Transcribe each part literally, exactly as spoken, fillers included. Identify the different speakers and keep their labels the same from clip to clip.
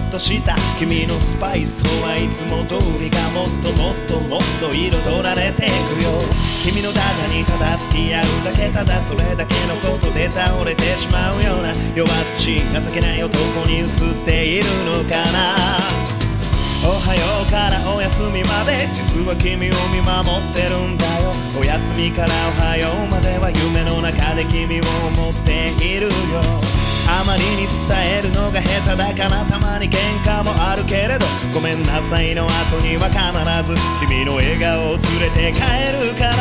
Speaker 1: とした君のスパイスはいつも通りがもっともっともっと彩られていくよ。君の中にただ付き合うだけ、ただそれだけのことで倒れてしまうような弱っち情けない男に映っているのかな。おはようからおやすみまで実は君を見守ってるんだよ。おやすみからおはようまでは夢の中で君を思っているよ。あまりに伝えるのが下手だからたまに喧嘩もあるけれど、ごめんなさいの後には必ず君の笑顔を連れて帰るから。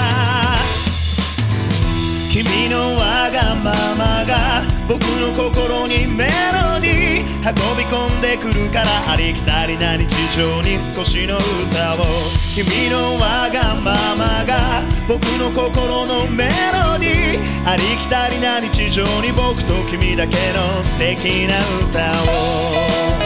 Speaker 1: 君のわがままが僕の心にメロディー運び込んでくるから、ありきたりな日常に少しの歌を。君のわがままが僕の心のメロディー、ありきたりな日常に僕と君だけの素敵な歌を。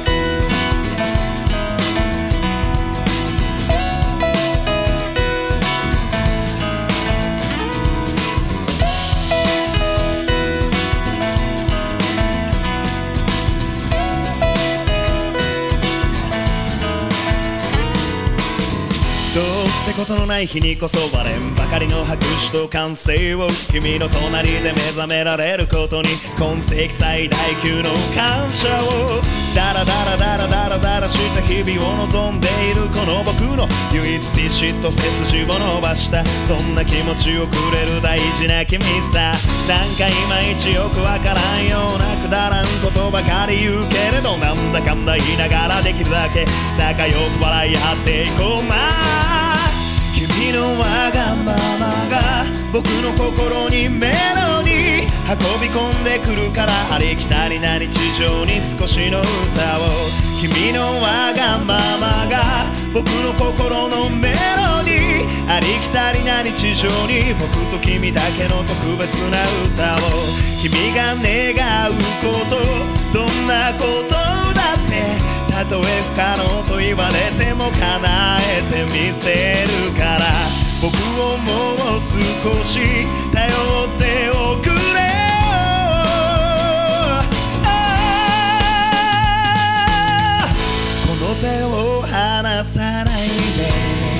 Speaker 1: どうってことのない日にこそ割れんばかりの拍手と歓声を、君の隣で目覚められることに今世紀最大級の感謝を。ダラダラダラダラダラした日々を望んでいるこの僕の唯一ピシッと背筋を伸ばした、そんな気持ちをくれる大事な君さ。なんかいまいちよくわからんようなくだらんことばかり言うけれど、なんだかんだ言いながらできるだけ仲良く笑い合っていこうな。君のわがままが僕の心にメロディー運び込んでくるから、ありきたりな日常に少しの歌を。君のわがままが僕の心のメロディー、ありきたりな日常に僕と君だけの特別な歌を。君が願うこと、どんなことだってたとえ不可能と言われても叶えてみせるから、僕をもう少し頼っておくれよ。この手を離さないで。